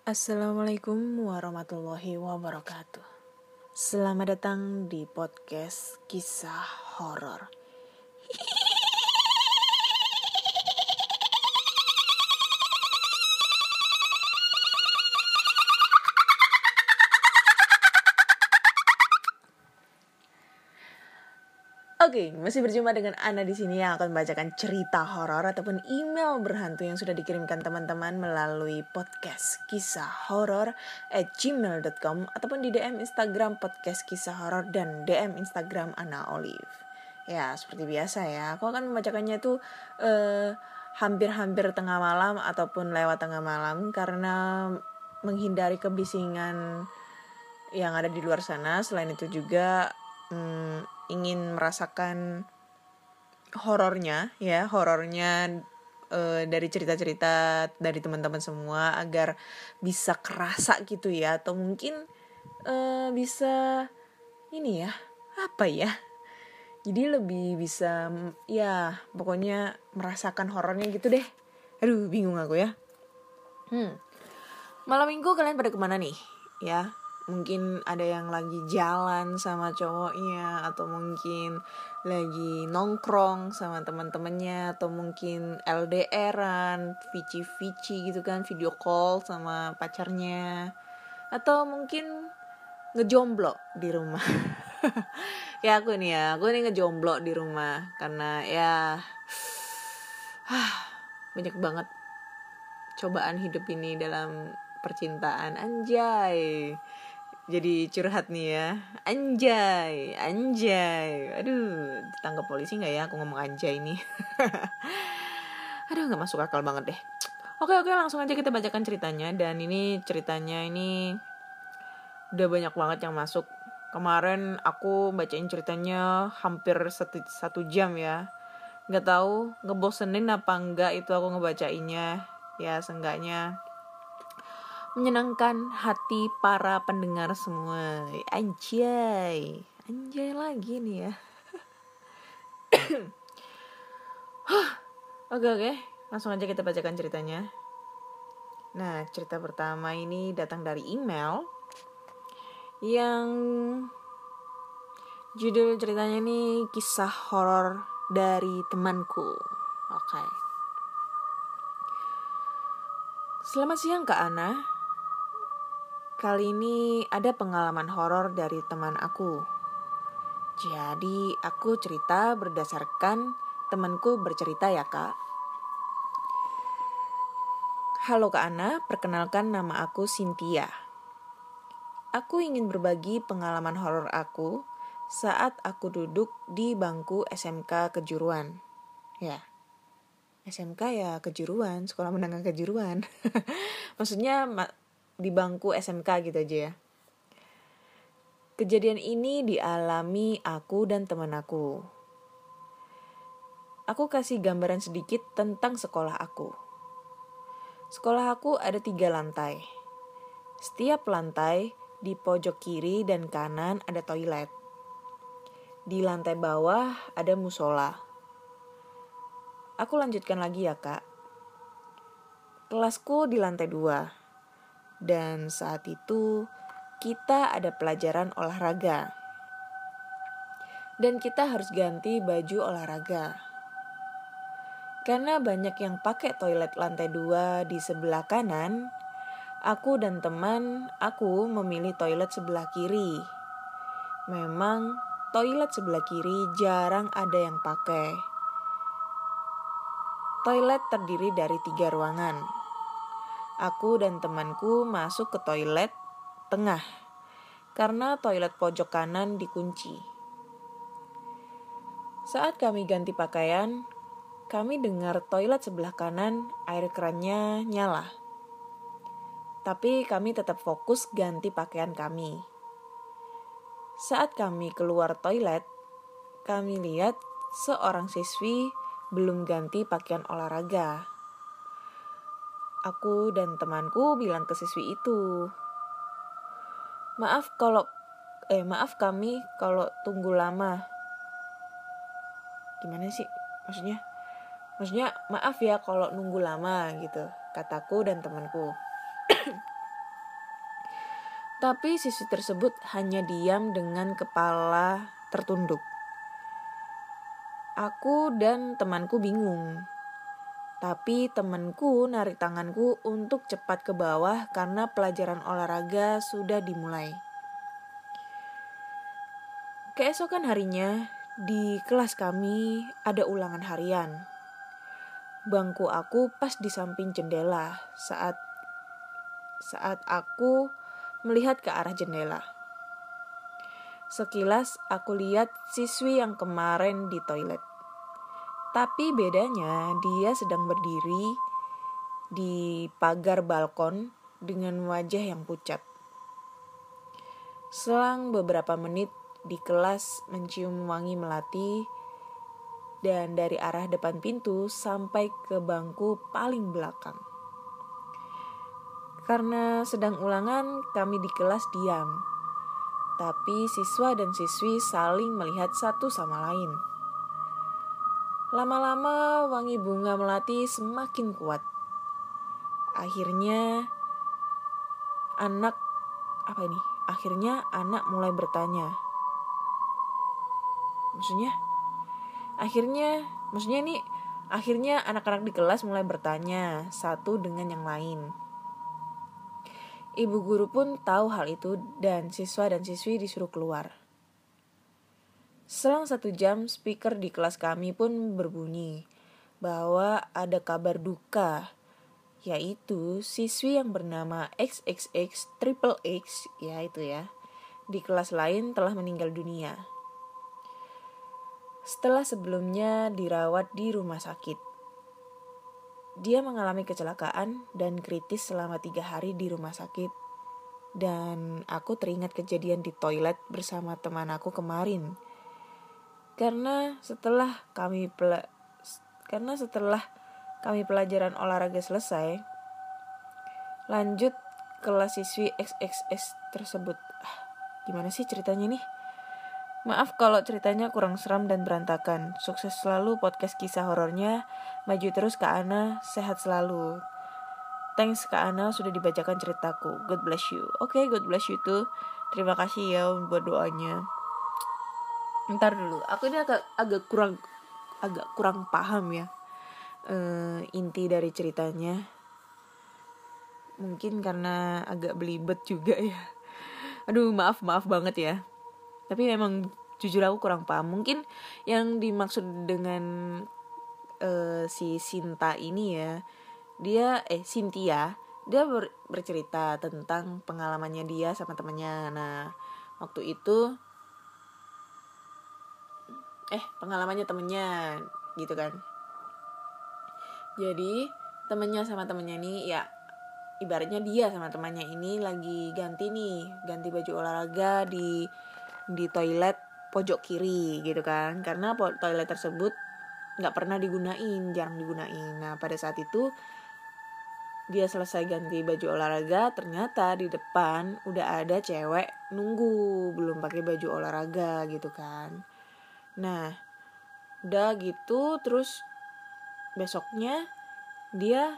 Assalamualaikum warahmatullahi wabarakatuh. Selamat datang di podcast kisah horor. Oke, masih berjumpa dengan Ana di sini yang akan membacakan cerita horor ataupun email berhantu yang sudah dikirimkan teman-teman melalui podcast kisah horor @gmail.com ataupun di DM Instagram podcast kisah horor dan DM Instagram Ana Olive. Ya, seperti biasa ya, aku akan membacakannya itu hampir-hampir tengah malam ataupun lewat tengah malam karena menghindari kebisingan yang ada di luar sana. Selain itu juga ingin merasakan horornya dari cerita-cerita dari teman-teman semua agar bisa kerasa gitu ya, atau mungkin bisa ini ya, apa ya, jadi lebih bisa ya pokoknya merasakan horornya gitu deh. Aduh, bingung aku ya. Malam minggu kalian pada kemana nih ya? Mungkin ada yang lagi jalan sama cowoknya, atau mungkin lagi nongkrong sama teman-temannya, atau mungkin LDR-an, vici-vici gitu kan, video call sama pacarnya, atau mungkin ngejomblo di rumah. Ya aku nih ngejomblo di rumah karena ya banyak banget cobaan hidup ini dalam percintaan. Anjay, jadi curhat nih ya. Anjay. Aduh, ditangkap polisi gak ya aku ngomong anjay ini? Aduh, gak masuk akal banget deh. Oke, langsung aja kita bacakan ceritanya. Dan ini ceritanya ini udah banyak banget yang masuk. Kemarin aku bacain ceritanya hampir satu jam ya. Gak tahu ngebosenin apa enggak itu aku ngebacainnya. Ya seenggaknya menyenangkan hati para pendengar semua. Anjay lagi nih ya. Oke, langsung aja kita bacakan ceritanya. Nah, cerita pertama ini datang dari email yang judul ceritanya ini kisah horor dari temanku. Oke. Selamat siang Kak Ana. Kali ini ada pengalaman horor dari teman aku. Jadi aku cerita berdasarkan temanku bercerita ya Kak. Halo Kak Ana, perkenalkan nama aku Cynthia. Aku ingin berbagi pengalaman horor aku saat aku duduk di bangku SMK kejuruan. Ya, SMK ya kejuruan, sekolah menengah kejuruan. Maksudnya di bangku SMK gitu aja ya. Kejadian ini dialami aku dan teman aku. Aku kasih gambaran sedikit tentang sekolah aku. Sekolah aku ada 3 lantai. Setiap lantai di pojok kiri dan kanan ada toilet. Di lantai bawah ada musola. Aku lanjutkan lagi ya Kak. Kelasku di lantai 2. Dan saat itu kita ada pelajaran olahraga. Dan kita harus ganti baju olahraga. Karena banyak yang pakai toilet lantai 2 di sebelah kanan, aku dan teman aku memilih toilet sebelah kiri. Memang toilet sebelah kiri jarang ada yang pakai. Toilet terdiri dari 3 ruangan. Aku dan temanku masuk ke toilet tengah karena toilet pojok kanan dikunci. Saat kami ganti pakaian, kami dengar toilet sebelah kanan air kerannya nyala. Tapi kami tetap fokus ganti pakaian kami. Saat kami keluar toilet, kami lihat seorang siswi belum ganti pakaian olahraga. Aku dan temanku bilang ke siswi itu, Maaf kami kalau tunggu lama. Gimana sih? Maksudnya maaf ya kalau nunggu lama gitu, kataku dan temanku. Tapi siswi tersebut hanya diam dengan kepala tertunduk. Aku dan temanku bingung. Tapi temanku narik tanganku untuk cepat ke bawah karena pelajaran olahraga sudah dimulai. Keesokan harinya, di kelas kami ada ulangan harian. Bangku aku pas di samping jendela saat aku melihat ke arah jendela. Sekilas aku lihat siswi yang kemarin di toilet. Tapi bedanya dia sedang berdiri di pagar balkon dengan wajah yang pucat. Selang beberapa menit di kelas mencium wangi melati dan dari arah depan pintu sampai ke bangku paling belakang. Karena sedang ulangan, kami di kelas diam. Tapi siswa dan siswi saling melihat satu sama lain. Lama-lama wangi bunga melati semakin kuat. Akhirnya anak mulai bertanya. Akhirnya anak-anak di kelas mulai bertanya satu dengan yang lain. Ibu guru pun tahu hal itu dan siswa dan siswi disuruh keluar. Selang 1 jam, speaker di kelas kami pun berbunyi bahwa ada kabar duka, yaitu siswi yang bernama XXX Triple X, di kelas lain telah meninggal dunia. Setelah sebelumnya dirawat di rumah sakit. Dia mengalami kecelakaan dan kritis selama 3 hari di rumah sakit. Dan aku teringat kejadian di toilet bersama teman aku kemarin. Karena setelah kami pelajaran olahraga selesai, lanjut kelas siswi XXS tersebut. Gimana sih ceritanya nih? Maaf kalau ceritanya kurang seram dan berantakan. Sukses selalu podcast kisah horornya. Maju terus Kak Ana, sehat selalu. Thanks Kak Ana sudah dibacakan ceritaku. God bless you. Oke, God bless you too. Terima kasih ya buat doanya. Ntar dulu, aku ini agak kurang paham ya inti dari ceritanya. Mungkin karena agak belibet juga ya. Aduh, maaf banget ya. Tapi memang jujur aku kurang paham. Mungkin yang dimaksud dengan si Sinta ini ya, Cynthia, dia bercerita tentang pengalamannya dia sama temannya. Nah, waktu itu pengalamannya temennya gitu kan. Jadi temennya sama temennya ini ya, ibaratnya dia sama temannya ini lagi ganti baju olahraga di toilet pojok kiri gitu kan, karena toilet tersebut nggak pernah jarang digunain. Nah pada saat itu dia selesai ganti baju olahraga, ternyata di depan udah ada cewek nunggu belum pakai baju olahraga gitu kan. Nah, udah gitu terus besoknya dia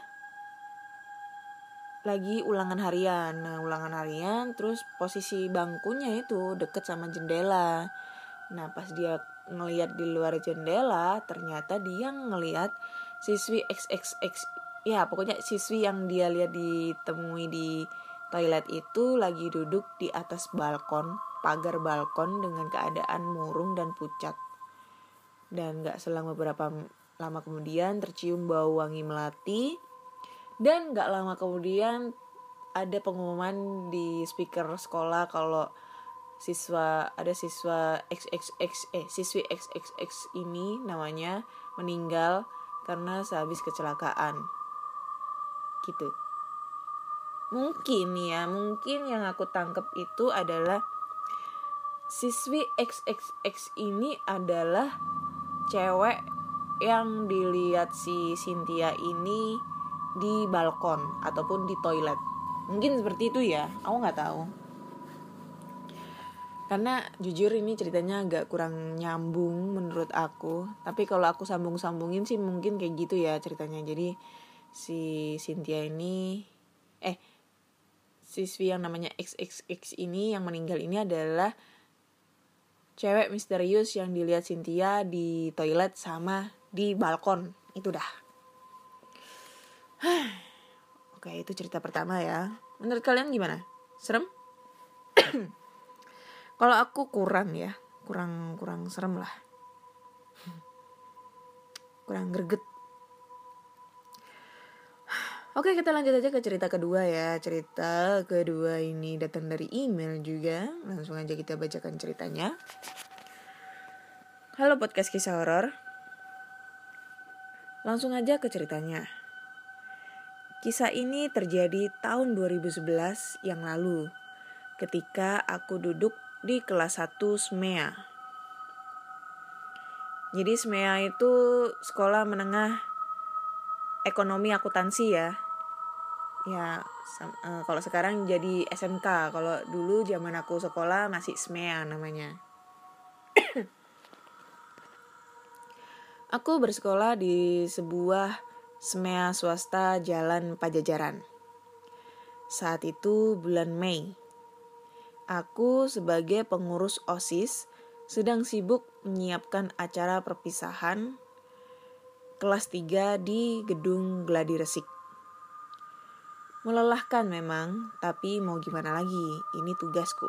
lagi ulangan harian. Nah, ulangan harian terus posisi bangkunya itu deket sama jendela. Nah, pas dia ngelihat di luar jendela, ternyata dia ngelihat siswi XXX. Ya, pokoknya siswi yang dia lihat ditemui di toilet itu lagi duduk di atas pagar balkon dengan keadaan murung dan pucat. Dan gak selang beberapa lama kemudian tercium bau wangi melati. Dan gak lama kemudian ada pengumuman di speaker sekolah kalau siswi XXX ini namanya meninggal karena sehabis kecelakaan. Gitu. Mungkin yang aku tangkap itu adalah siswi XXX ini adalah cewek yang dilihat si Cynthia ini di balkon ataupun di toilet. Mungkin seperti itu ya, aku gak tahu. Karena jujur ini ceritanya agak kurang nyambung menurut aku. Tapi kalau aku sambung-sambungin sih mungkin kayak gitu ya ceritanya. Jadi si Cynthia ini siswi yang namanya XXX ini yang meninggal ini adalah cewek misterius yang dilihat Cynthia di toilet sama di balkon. Itu dah. Oke, itu cerita pertama ya. Menurut kalian gimana? Serem? Kalau aku kurang ya. Kurang serem lah. Kurang greget. Oke, kita lanjut aja ke cerita kedua ya. Cerita kedua ini datang dari email juga. Langsung aja kita bacakan ceritanya. Halo podcast kisah horor. Langsung aja ke ceritanya. Kisah ini terjadi tahun 2011 yang lalu. Ketika aku duduk di kelas 1 SMEA. Jadi SMEA itu sekolah menengah ekonomi akuntansi ya. Ya, kalau sekarang jadi SMK. Kalau dulu zaman aku sekolah masih SMEA namanya. Aku bersekolah di sebuah SMEA swasta Jalan Pajajaran. Saat itu bulan Mei. Aku sebagai pengurus OSIS sedang sibuk menyiapkan acara perpisahan kelas 3 di gedung Gladi Resik. Melelahkan memang, tapi mau gimana lagi, ini tugasku.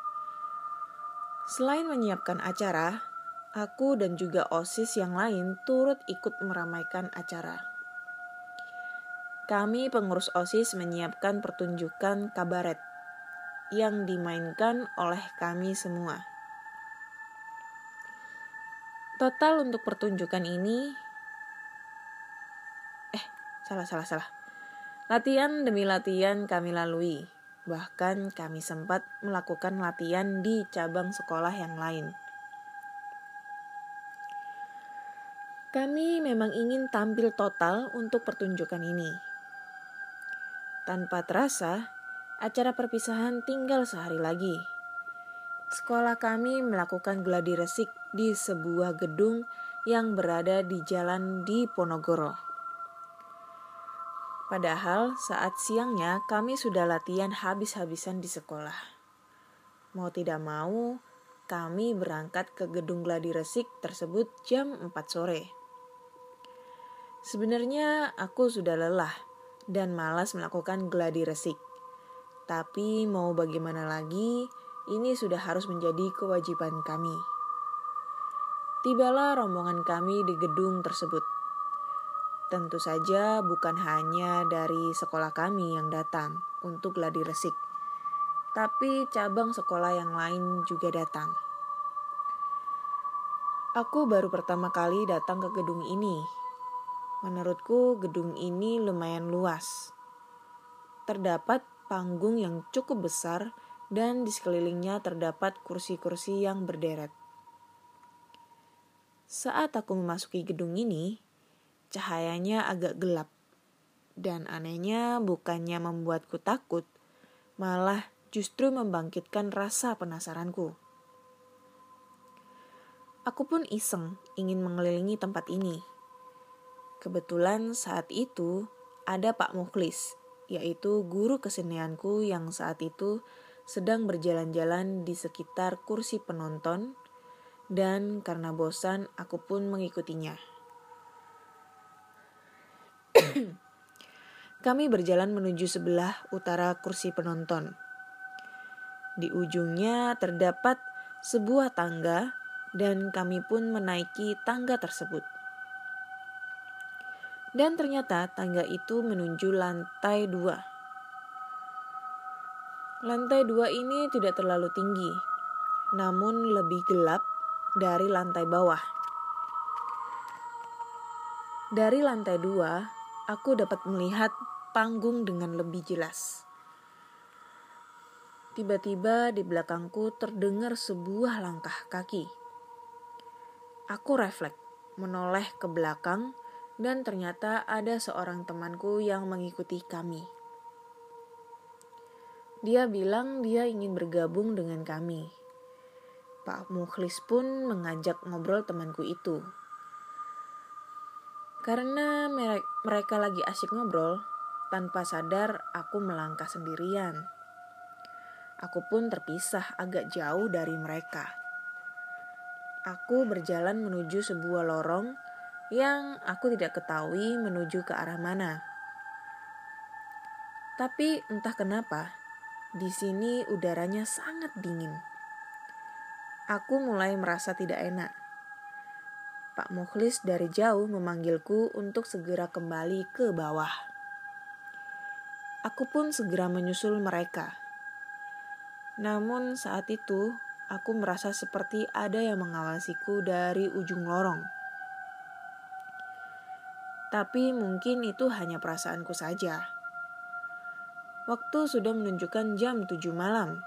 Selain menyiapkan acara, aku dan juga OSIS yang lain turut ikut meramaikan acara. Kami pengurus OSIS menyiapkan pertunjukan kabaret yang dimainkan oleh kami semua. Total untuk pertunjukan ini salah. Latihan demi latihan kami lalui. Bahkan kami sempat melakukan latihan di cabang sekolah yang lain. Kami memang ingin tampil total untuk pertunjukan ini. Tanpa terasa, acara perpisahan tinggal sehari lagi. Sekolah kami melakukan gladi resik di sebuah gedung yang berada di jalan di Ponorogo. Padahal saat siangnya kami sudah latihan habis-habisan di sekolah. Mau tidak mau, kami berangkat ke gedung gladi resik tersebut jam 4 sore. Sebenarnya aku sudah lelah dan malas melakukan gladi resik. Tapi mau bagaimana lagi, ini sudah harus menjadi kewajiban kami. Tibalah rombongan kami di gedung tersebut. Tentu saja bukan hanya dari sekolah kami yang datang untuk gladi resik, tapi cabang sekolah yang lain juga datang. Aku baru pertama kali datang ke gedung ini. Menurutku gedung ini lumayan luas. Terdapat panggung yang cukup besar dan di sekelilingnya terdapat kursi-kursi yang berderet. Saat aku memasuki gedung ini, cahayanya agak gelap, dan anehnya bukannya membuatku takut, malah justru membangkitkan rasa penasaranku. Aku pun iseng ingin mengelilingi tempat ini. Kebetulan saat itu ada Pak Mukhlis, yaitu guru kesenianku yang saat itu sedang berjalan-jalan di sekitar kursi penonton, dan karena bosan aku pun mengikutinya. Kami berjalan menuju sebelah utara kursi penonton. Di ujungnya terdapat sebuah tangga dan kami pun menaiki tangga tersebut. Dan ternyata tangga itu menuju lantai 2. Lantai 2 ini tidak terlalu tinggi, namun lebih gelap dari lantai bawah. Dari lantai 2, aku dapat melihat panggung dengan lebih jelas. Tiba-tiba di belakangku terdengar sebuah langkah kaki. Aku refleks, menoleh ke belakang, dan ternyata ada seorang temanku yang mengikuti kami. Dia bilang dia ingin bergabung dengan kami. Pak Mukhlis pun mengajak ngobrol temanku itu. Karena mereka lagi asyik ngobrol, tanpa sadar aku melangkah sendirian. Aku pun terpisah agak jauh dari mereka. Aku berjalan menuju sebuah lorong yang aku tidak ketahui menuju ke arah mana. Tapi entah kenapa, di sini udaranya sangat dingin. Aku mulai merasa tidak enak. Pak Mukhlis dari jauh memanggilku untuk segera kembali ke bawah. Aku pun segera menyusul mereka. Namun saat itu, aku merasa seperti ada yang mengawasiku dari ujung lorong. Tapi mungkin itu hanya perasaanku saja. Waktu sudah menunjukkan jam 7 malam.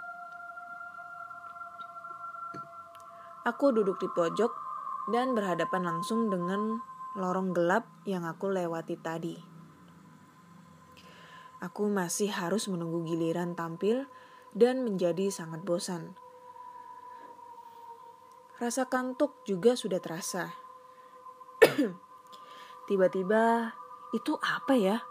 Aku duduk di pojok dan berhadapan langsung dengan lorong gelap yang aku lewati tadi. Aku masih harus menunggu giliran tampil dan menjadi sangat bosan. Rasa kantuk juga sudah terasa. Tiba-tiba, itu apa ya?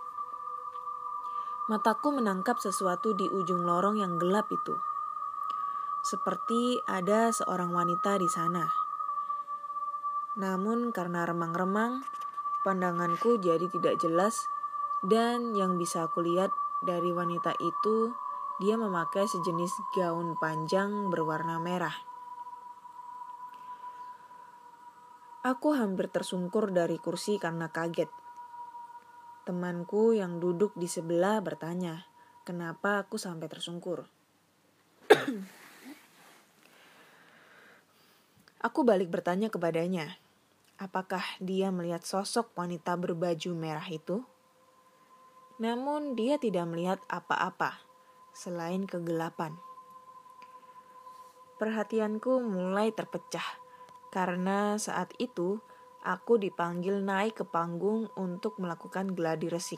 Mataku menangkap sesuatu di ujung lorong yang gelap itu. Seperti ada seorang wanita di sana. Namun karena remang-remang, pandanganku jadi tidak jelas dan yang bisa aku lihat dari wanita itu, dia memakai sejenis gaun panjang berwarna merah. Aku hampir tersungkur dari kursi karena kaget. Temanku yang duduk di sebelah bertanya, kenapa aku sampai tersungkur. Aku balik bertanya kepadanya, apakah dia melihat sosok wanita berbaju merah itu? Namun dia tidak melihat apa-apa selain kegelapan. Perhatianku mulai terpecah karena saat itu aku dipanggil naik ke panggung untuk melakukan gladi resik.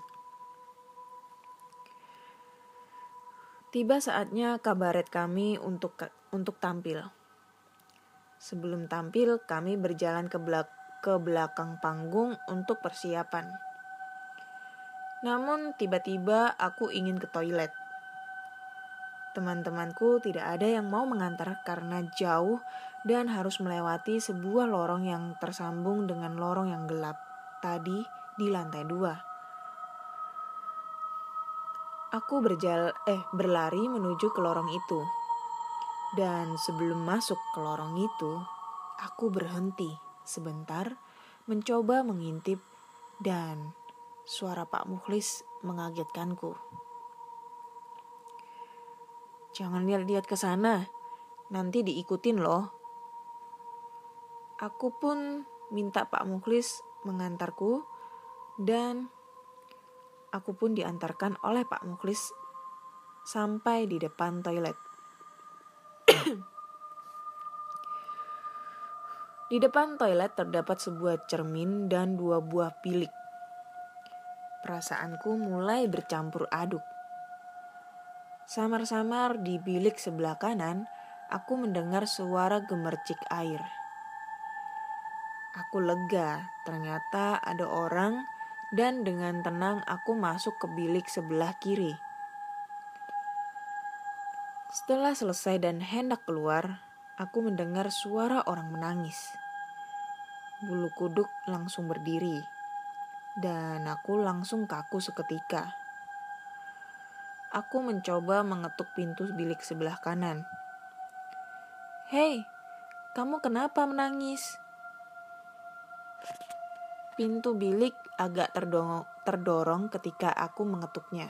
Tiba saatnya kabaret kami untuk tampil. Sebelum tampil, kami berjalan ke belakang panggung untuk persiapan. Namun tiba-tiba aku ingin ke toilet. Teman-temanku tidak ada yang mau mengantar karena jauh dan harus melewati sebuah lorong yang tersambung dengan lorong yang gelap tadi di lantai 2. Aku berlari menuju ke lorong itu. Dan sebelum masuk ke lorong itu, aku berhenti sebentar mencoba mengintip dan suara Pak Mukhlis mengagetkanku. Jangan lihat-lihat ke sana, nanti diikutin loh. Aku pun minta Pak Mukhlis mengantarku dan aku pun diantarkan oleh Pak Mukhlis sampai di depan toilet. Di depan toilet terdapat sebuah cermin dan 2 buah bilik. Perasaanku mulai bercampur aduk. Samar-samar di bilik sebelah kanan, aku mendengar suara gemercik air. Aku lega, ternyata ada orang dan dengan tenang aku masuk ke bilik sebelah kiri. Setelah selesai dan hendak keluar, aku mendengar suara orang menangis. Bulu kuduk langsung berdiri, dan aku langsung kaku seketika. Aku mencoba mengetuk pintu bilik sebelah kanan. "Hei, kamu kenapa menangis?" Pintu bilik agak terdorong ketika aku mengetuknya.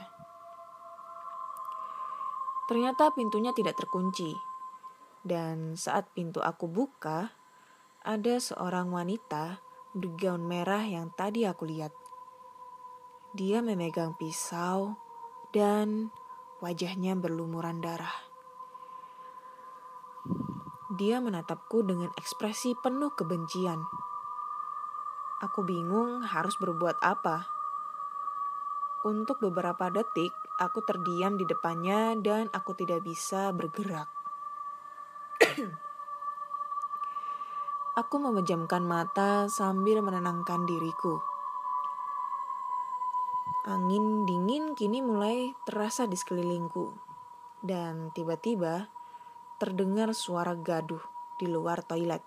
Ternyata pintunya tidak terkunci. Dan saat pintu aku buka, ada seorang wanita bergaun merah yang tadi aku lihat. Dia memegang pisau dan wajahnya berlumuran darah. Dia menatapku dengan ekspresi penuh kebencian. Aku bingung harus berbuat apa. Untuk beberapa detik, aku terdiam di depannya dan aku tidak bisa bergerak. Aku memejamkan mata sambil menenangkan diriku. Angin dingin kini mulai terasa di sekelilingku. Dan tiba-tiba terdengar suara gaduh di luar toilet.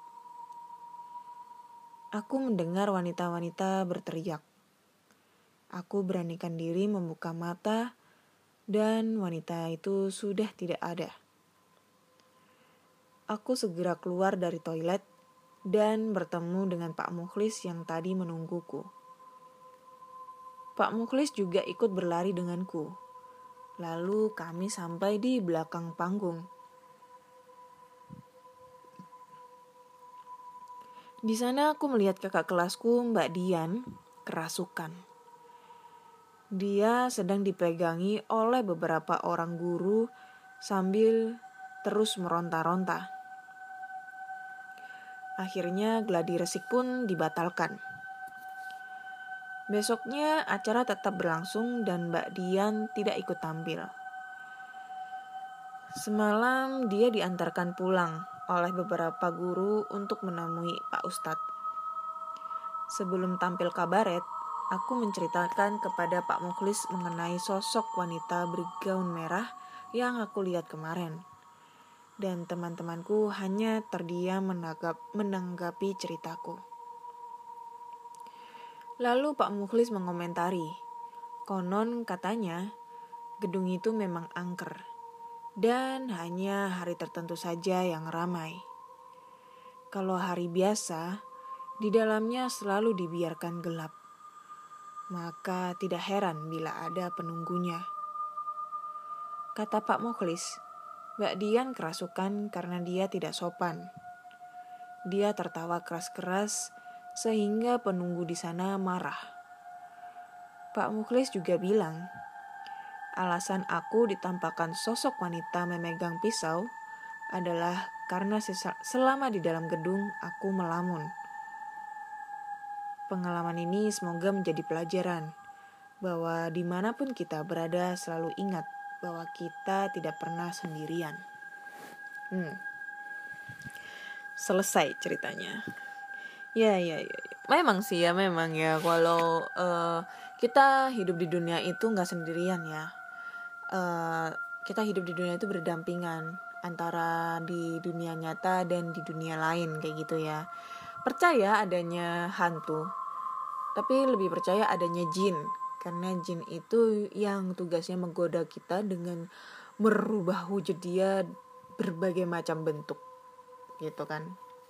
Aku mendengar wanita-wanita berteriak. Aku beranikan diri membuka mata dan wanita itu sudah tidak ada. Aku segera keluar dari toilet dan bertemu dengan Pak Mukhlis yang tadi menungguku. Pak Mukhlis juga ikut berlari denganku. Lalu kami sampai di belakang panggung. Di sana aku melihat kakak kelasku, Mbak Dian, kerasukan. Dia sedang dipegangi oleh beberapa orang guru sambil terus meronta-ronta. Akhirnya gladi resik pun dibatalkan. Besoknya acara tetap berlangsung dan Mbak Dian tidak ikut tampil. Semalam dia diantarkan pulang oleh beberapa guru untuk menemui Pak Ustadz. Sebelum tampil kabaret, aku menceritakan kepada Pak Mukhlis mengenai sosok wanita bergaun merah yang aku lihat kemarin. Dan teman-temanku hanya terdiam menanggapi ceritaku. Lalu Pak Mukhlis mengomentari, konon katanya gedung itu memang angker dan hanya hari tertentu saja yang ramai. Kalau hari biasa, di dalamnya selalu dibiarkan gelap. Maka tidak heran bila ada penunggunya. Kata Pak Mukhlis, Mbak Dian kerasukan karena dia tidak sopan. Dia tertawa keras-keras sehingga penunggu di sana marah. Pak Mukhlis juga bilang, alasan aku ditampakkan sosok wanita memegang pisau adalah karena selama di dalam gedung aku melamun. Pengalaman ini semoga menjadi pelajaran bahwa dimanapun kita berada selalu ingat bahwa kita tidak pernah sendirian. Selesai ceritanya. Ya. Memang sih ya, memang ya. Kalau kita hidup di dunia itu nggak sendirian ya. Kita hidup di dunia itu berdampingan antara di dunia nyata dan di dunia lain kayak gitu ya. Percaya adanya hantu, tapi lebih percaya adanya jin, karena jin itu yang tugasnya menggoda kita dengan merubah wujud dia berbagai macam bentuk gitu kan.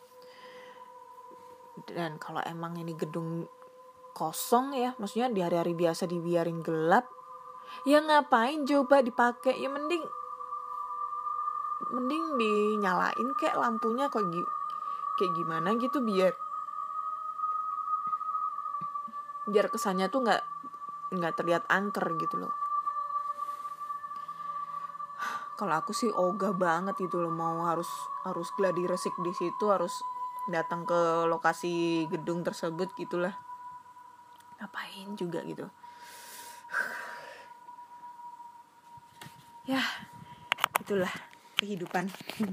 Dan kalau emang ini gedung kosong ya, maksudnya di hari-hari biasa dibiarin gelap, ya ngapain coba dipakai? Ya mending dinyalain kayak lampunya kayak gimana gitu biar kesannya tuh nggak terlihat angker gitu loh. Kalau aku sih ogah banget gitu loh, mau harus gladi resik di situ, harus datang ke lokasi gedung tersebut gitulah. Ngapain juga gitu. Ya, itulah kehidupan.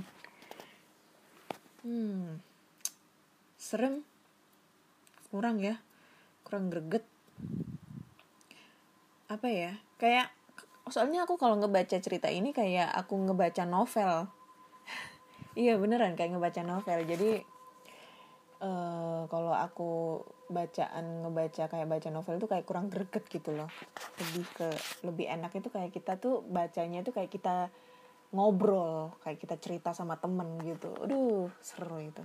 Serem. Kurang greget. Apa ya? Kayak soalnya aku kalau ngebaca cerita ini kayak aku ngebaca novel. Iya beneran kayak ngebaca novel. Jadi kalau aku ngebaca kayak baca novel tuh kayak kurang greget gitu loh. Lebih enak itu kayak kita tuh bacanya tuh kayak kita ngobrol, kayak kita cerita sama temen gitu. Aduh, seru itu.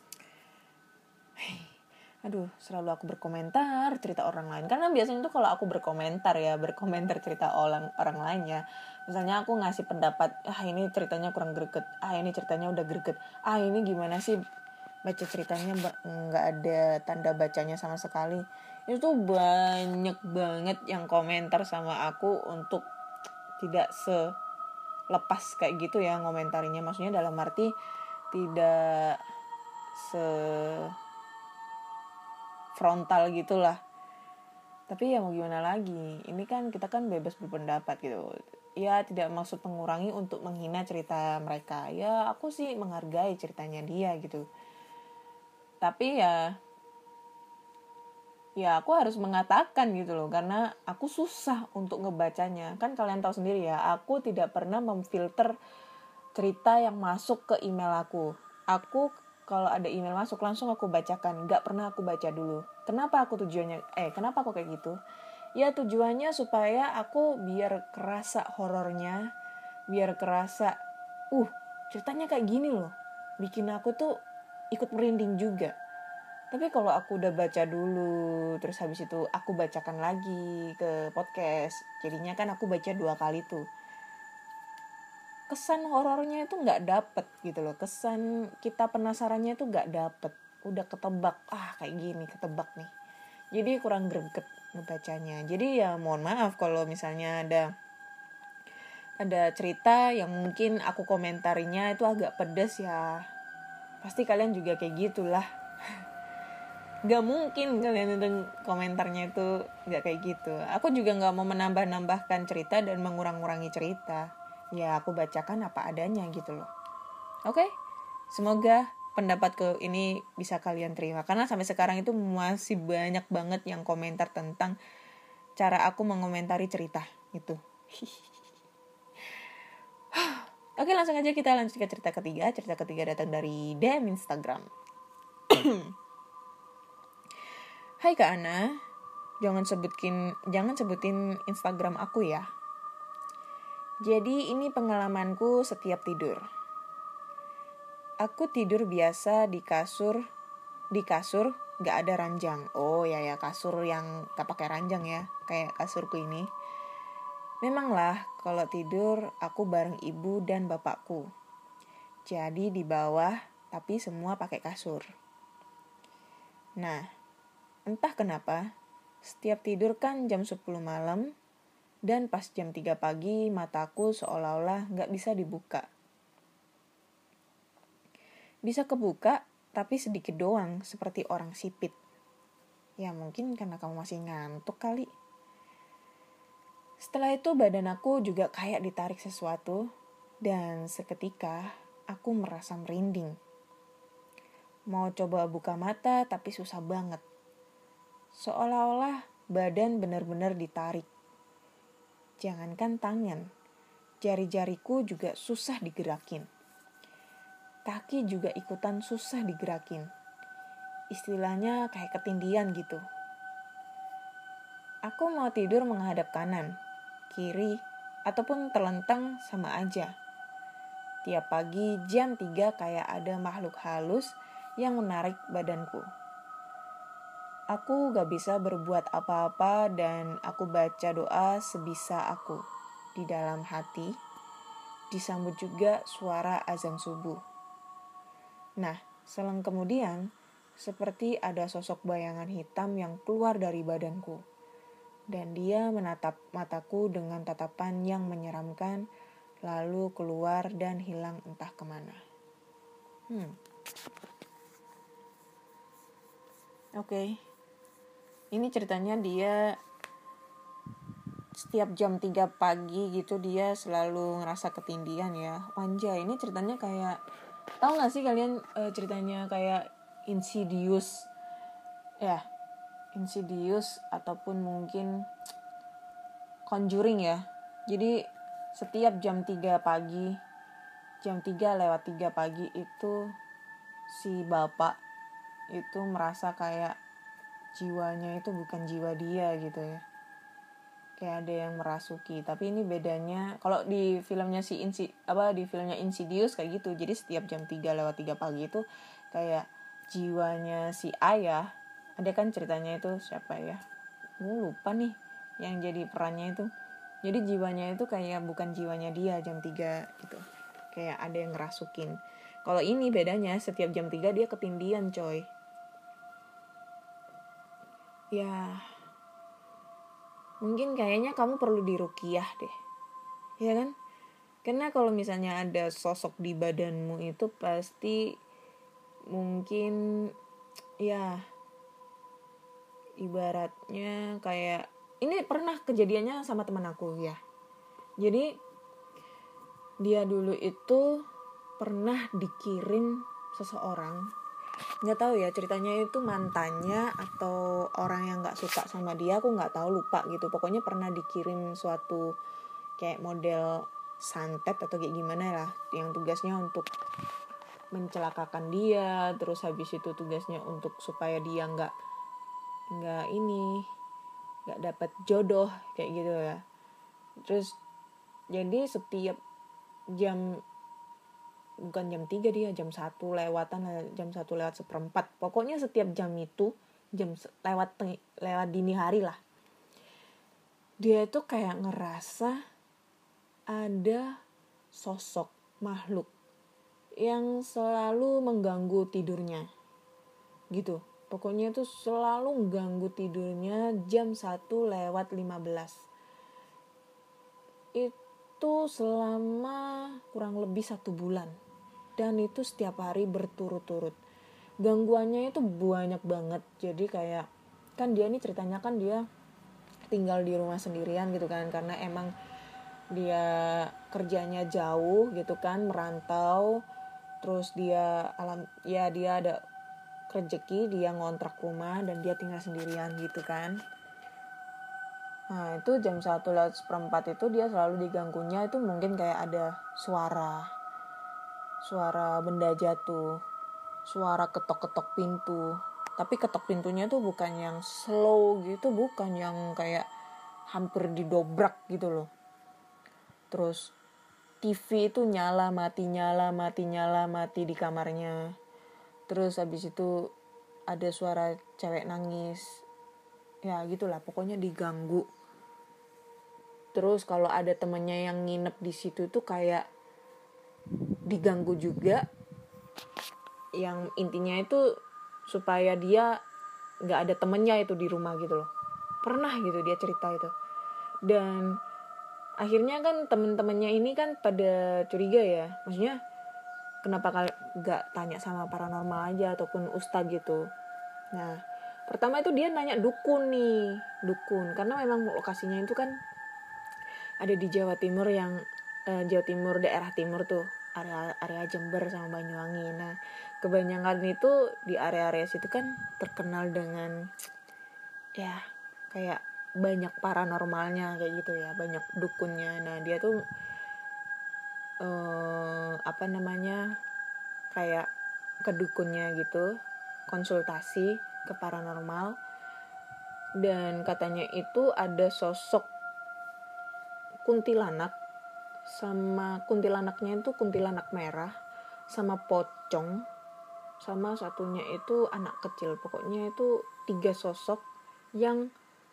Aduh, selalu aku berkomentar cerita orang lain. Karena biasanya tuh kalau aku berkomentar cerita orang lainnya. Misalnya aku ngasih pendapat, ini ceritanya kurang greget. Ini ceritanya udah greget. Ini gimana sih baca ceritanya nggak ada tanda bacanya sama sekali. Itu tuh banyak banget yang komentar sama aku untuk tidak lepas kayak gitu ya ngomentarinya, maksudnya dalam arti tidak frontal gitulah. Tapi ya mau gimana lagi, ini kan kita kan bebas berpendapat gitu ya, tidak maksud mengurangi untuk menghina cerita mereka. Ya aku sih menghargai ceritanya dia gitu, tapi ya ya aku harus mengatakan gitu loh, karena aku susah untuk ngebacanya. Kan kalian tahu sendiri ya, aku tidak pernah memfilter cerita yang masuk ke email aku. Aku kalau ada email masuk langsung aku bacakan, nggak pernah aku baca dulu. Kenapa aku kenapa aku kayak gitu? Ya tujuannya supaya aku biar kerasa horornya, biar kerasa, ceritanya kayak gini loh. Bikin aku tuh ikut merinding juga. Tapi kalau aku udah baca dulu, terus habis itu aku bacakan lagi ke podcast, jadinya kan aku baca 2 kali tuh. Kesan horornya itu nggak dapet gitu loh. Kesan kita penasarannya itu nggak dapet. Udah ketebak, kayak gini, ketebak nih. Jadi kurang greget ngebacanya. Jadi ya mohon maaf kalau misalnya ada cerita yang mungkin aku komentarinya itu agak pedes ya. Pasti kalian juga kayak gitulah. Gak mungkin kalian itu komentarnya itu gak kayak gitu. Aku juga gak mau menambah-nambahkan cerita dan mengurang-ngurangi cerita. Ya aku bacakan apa adanya gitu loh. Oke? Semoga pendapatku ini bisa kalian terima. Karena sampai sekarang itu masih banyak banget yang komentar tentang cara aku mengomentari cerita gitu. Oke, langsung aja kita lanjut ke cerita ketiga. Cerita ketiga datang dari DM Instagram. Hai Kak Ana, jangan sebutin Instagram aku ya. Jadi ini pengalamanku setiap tidur. Aku tidur biasa di kasur gak ada ranjang. Oh ya kasur yang gak pakai ranjang ya, kayak kasurku ini. Memanglah kalau tidur aku bareng ibu dan bapakku. Jadi di bawah tapi semua pakai kasur. Nah, entah kenapa, setiap tidur kan jam 10 malam, dan pas jam 3 pagi mataku seolah-olah gak bisa dibuka. Bisa kebuka, tapi sedikit doang, seperti orang sipit. Ya mungkin karena kamu masih ngantuk kali. Setelah itu badan aku juga kayak ditarik sesuatu, dan seketika aku merasa merinding. Mau coba buka mata tapi susah banget. Seolah-olah badan benar-benar ditarik. Jangankan tangan, jari-jariku juga susah digerakin. Kaki juga ikutan susah digerakin. Istilahnya kayak ketindihan gitu. Aku mau tidur menghadap kanan, kiri, ataupun terlentang sama aja. Tiap pagi jam 3 kayak ada makhluk halus yang menarik badanku. Aku gak bisa berbuat apa-apa dan aku baca doa sebisa aku. Di dalam hati, disambut juga suara azan subuh. Nah, selang kemudian, seperti ada sosok bayangan hitam yang keluar dari badanku. Dan dia menatap mataku dengan tatapan yang menyeramkan, lalu keluar dan hilang entah kemana. Oke. Ini ceritanya dia setiap jam 3 pagi gitu dia selalu ngerasa ketindihan ya. Anjay, ini ceritanya kayak, tahu gak sih kalian ceritanya kayak Insidious? Ya, Insidious ataupun mungkin Conjuring ya. Jadi setiap jam 3 pagi, jam 3:03 pagi itu si bapak itu merasa kayak jiwanya itu bukan jiwa dia gitu ya. Kayak ada yang merasuki. Tapi ini bedanya kalau di filmnya di filmnya Insidious kayak gitu. Jadi setiap jam 3:03 pagi itu kayak jiwanya si ayah, ada kan ceritanya itu siapa ya? Lupa nih yang jadi perannya itu. Jadi jiwanya itu kayak bukan jiwanya dia jam 3 gitu. Kayak ada yang ngerasukin. Kalau ini bedanya setiap jam 3 dia ketindihan coy. Ya, mungkin kayaknya kamu perlu diruqyah deh. Ya kan? Karena kalau misalnya ada sosok di badanmu itu pasti mungkin ya ibaratnya kayak ini pernah kejadiannya sama teman aku ya. Jadi dia dulu itu pernah dikirim seseorang nggak tahu ya ceritanya itu mantannya atau orang yang nggak suka sama dia, aku nggak tahu, lupa gitu. Pokoknya pernah dikirim suatu kayak model santet atau kayak gimana lah, yang tugasnya untuk mencelakakan dia, terus habis itu tugasnya untuk supaya dia nggak dapat jodoh kayak gitu ya. Terus jadi setiap jam, bukan jam 3 dia, jam 1 lewatan, jam 1 lewat seperempat. Pokoknya setiap jam itu, lewat dini hari lah. Dia itu kayak ngerasa ada sosok makhluk yang selalu mengganggu tidurnya. Gitu. Pokoknya itu selalu mengganggu tidurnya jam 1 lewat 15. Itu selama kurang lebih 1 bulan. Dan itu setiap hari berturut-turut. Gangguannya itu banyak banget. Jadi kayak, kan dia ini ceritanya kan dia tinggal di rumah sendirian gitu kan. Karena emang dia kerjanya jauh gitu kan, merantau. Terus dia ada rezeki, dia ngontrak rumah dan dia tinggal sendirian gitu kan. Nah itu jam 1 lewat seperempat itu dia selalu diganggunya itu mungkin kayak ada suara benda jatuh, suara ketok-ketok pintu. Tapi ketok pintunya tuh bukan yang slow gitu, bukan yang kayak hampir didobrak gitu loh. Terus TV itu nyala mati di kamarnya. Terus habis itu ada suara cewek nangis. Ya gitulah, pokoknya diganggu. Terus kalau ada temennya yang nginep di situ tuh kayak diganggu juga. Yang intinya itu supaya dia nggak ada temennya itu di rumah gitu loh. Pernah gitu dia cerita itu. Dan akhirnya kan temen-temennya ini kan pada curiga ya. Maksudnya kenapa nggak tanya sama paranormal aja ataupun ustadz gitu. Nah pertama itu dia nanya dukun, karena memang lokasinya itu kan ada di Jawa Timur, Jawa Timur daerah timur tuh, area Jember sama Banyuwangi. Nah kebanyakan itu di area-area situ kan terkenal dengan ya kayak banyak paranormalnya kayak gitu ya, banyak dukunnya. Nah dia tuh kayak ke dukunnya gitu, konsultasi ke paranormal. Dan katanya itu ada sosok kuntilanak, sama kuntilanaknya itu kuntilanak merah, sama pocong, sama satunya itu anak kecil. Pokoknya itu 3 sosok yang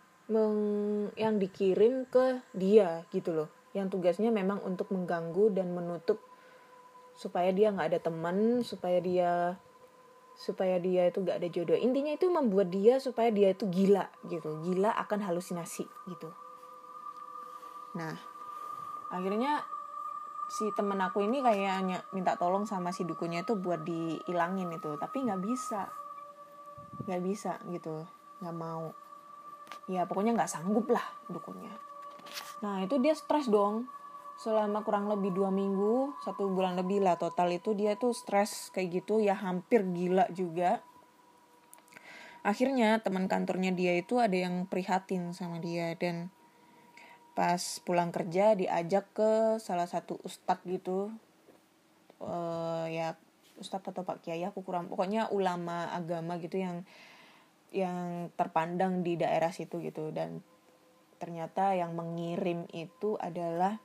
dikirim ke dia gitu loh, yang tugasnya memang untuk mengganggu dan menutup supaya dia nggak ada teman, supaya dia itu nggak ada jodoh. Intinya itu membuat dia supaya dia itu gila gitu, gila akan halusinasi gitu. Nah akhirnya si temen aku ini kayaknya minta tolong sama si dukunnya itu buat dihilangin itu, tapi nggak bisa gitu, nggak mau. Ya pokoknya nggak sanggup lah dukunnya. Nah itu dia stres dong selama kurang lebih 2 minggu, 1 bulan lebih lah total. Itu dia tuh stres kayak gitu ya, hampir gila juga. Akhirnya teman kantornya dia itu ada yang prihatin sama dia, dan pas pulang kerja diajak ke salah satu ustadz gitu, ya ustadz atau pak kiai aku kurang, pokoknya ulama agama gitu yang terpandang di daerah situ gitu. Dan ternyata yang mengirim itu adalah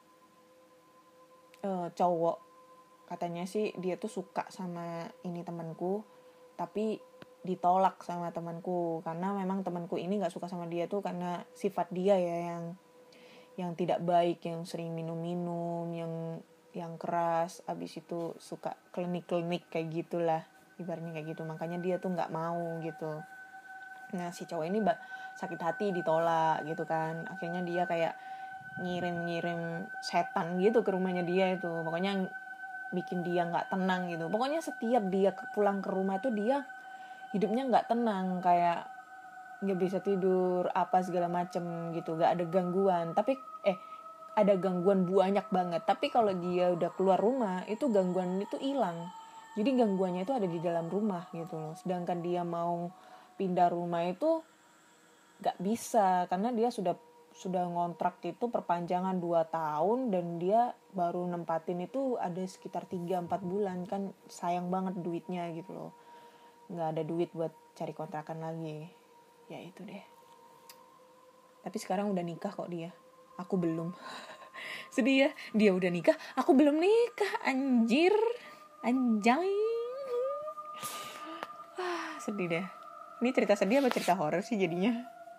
cowok. Katanya sih dia tuh suka sama ini temanku, tapi ditolak sama temanku karena memang temanku ini nggak suka sama dia tuh karena sifat dia ya yang tidak baik, yang sering minum yang keras, abis itu suka klinik kayak gitulah, ibaratnya kayak gitu. Makanya dia tuh nggak mau gitu. Nah si cowok ini sakit hati, ditolak gitu kan. Akhirnya dia kayak ngirim setan gitu ke rumahnya dia itu. Pokoknya bikin dia nggak tenang gitu. Pokoknya setiap dia pulang ke rumah tuh dia hidupnya nggak tenang, kayak nggak bisa tidur apa segala macem gitu. Nggak ada gangguan, tapi ada gangguan banyak banget. Tapi kalau dia udah keluar rumah itu gangguan itu hilang. Jadi gangguannya itu ada di dalam rumah gitu loh. Sedangkan dia mau pindah rumah itu gak bisa karena dia sudah ngontrak itu perpanjangan 2 tahun dan dia baru nempatin itu ada sekitar 3-4 bulan. Kan sayang banget duitnya gitu loh. Gak ada duit buat cari kontrakan lagi. Ya itu deh. Tapi sekarang udah nikah kok dia. Aku belum. Sedih ya. Dia udah nikah, aku belum nikah. Anjir. Anjay. Sedih deh. Ini cerita sedih apa cerita horor sih jadinya?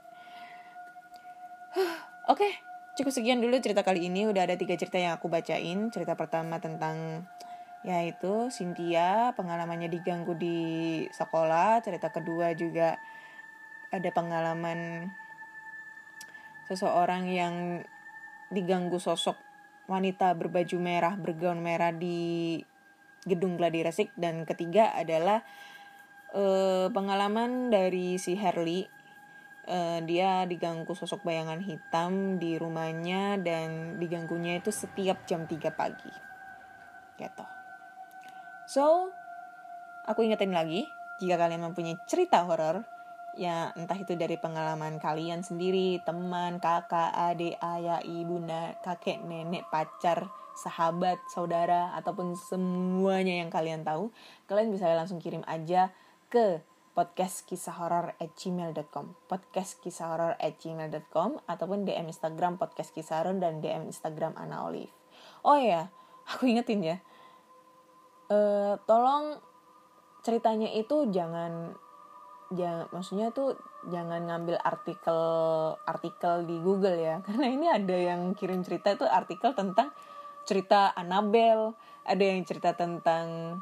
Oke, cukup sekian dulu cerita kali ini. Udah ada 3 cerita yang aku bacain. Cerita pertama tentang yaitu Cynthia, pengalamannya diganggu di sekolah. Cerita kedua juga ada pengalaman seseorang yang diganggu sosok wanita berbaju merah, bergaun merah di gedung Gladi Resik. Dan ketiga adalah pengalaman dari si Herli. Dia diganggu sosok bayangan hitam di rumahnya dan diganggunya itu setiap jam 3 pagi gitu. So, aku ingetin lagi, jika kalian mempunyai cerita horor, ya entah itu dari pengalaman kalian sendiri, teman, kakak, adik, ayah, bunda, kakek, nenek, pacar, sahabat, saudara, ataupun semuanya yang kalian tahu, kalian bisa langsung kirim aja ke podcastkisahhoror@gmail.com podcastkisahhoror@gmail.com ataupun DM Instagram podcast kisah horor dan DM Instagram Ana Olive. Oh ya, aku ingetin ya, tolong ceritanya itu jangan maksudnya tuh jangan ngambil artikel di Google ya, karena ini ada yang kirim cerita itu artikel tentang cerita Annabelle, ada yang cerita tentang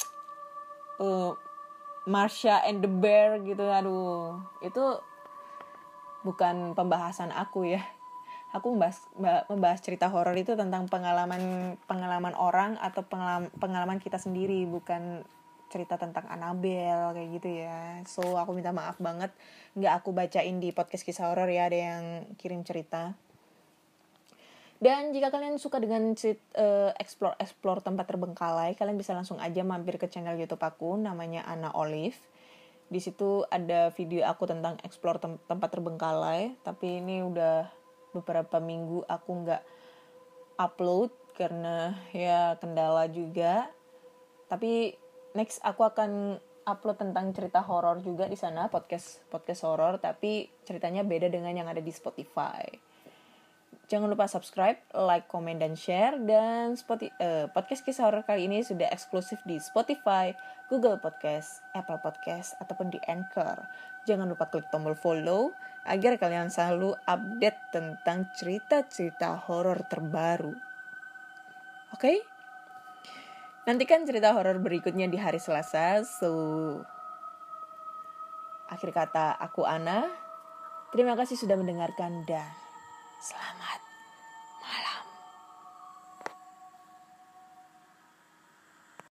Marsha and the Bear gitu. Aduh, itu bukan pembahasan aku ya. Aku membahas cerita horor itu tentang pengalaman orang atau pengalaman kita sendiri, bukan cerita tentang Annabelle kayak gitu ya. So aku minta maaf banget nggak aku bacain di podcast kisah horor ya, ada yang kirim cerita. Dan jika kalian suka dengan explore tempat terbengkalai, kalian bisa langsung aja mampir ke channel YouTube aku, namanya Ana Olive. Di situ ada video aku tentang explore tempat terbengkalai, tapi ini udah beberapa minggu aku nggak upload karena ya kendala juga. Tapi next aku akan upload tentang cerita horor juga di sana, podcast horor, tapi ceritanya beda dengan yang ada di Spotify. Jangan lupa subscribe, like, komen, dan share. Dan podcast kisah horor kali ini sudah eksklusif di Spotify, Google Podcast, Apple Podcast, ataupun di Anchor. Jangan lupa klik tombol follow agar kalian selalu update tentang cerita-cerita horor terbaru. Oke? Nantikan cerita horor berikutnya di hari Selasa. So, akhir kata aku Ana. Terima kasih sudah mendengarkan dan selamat malam.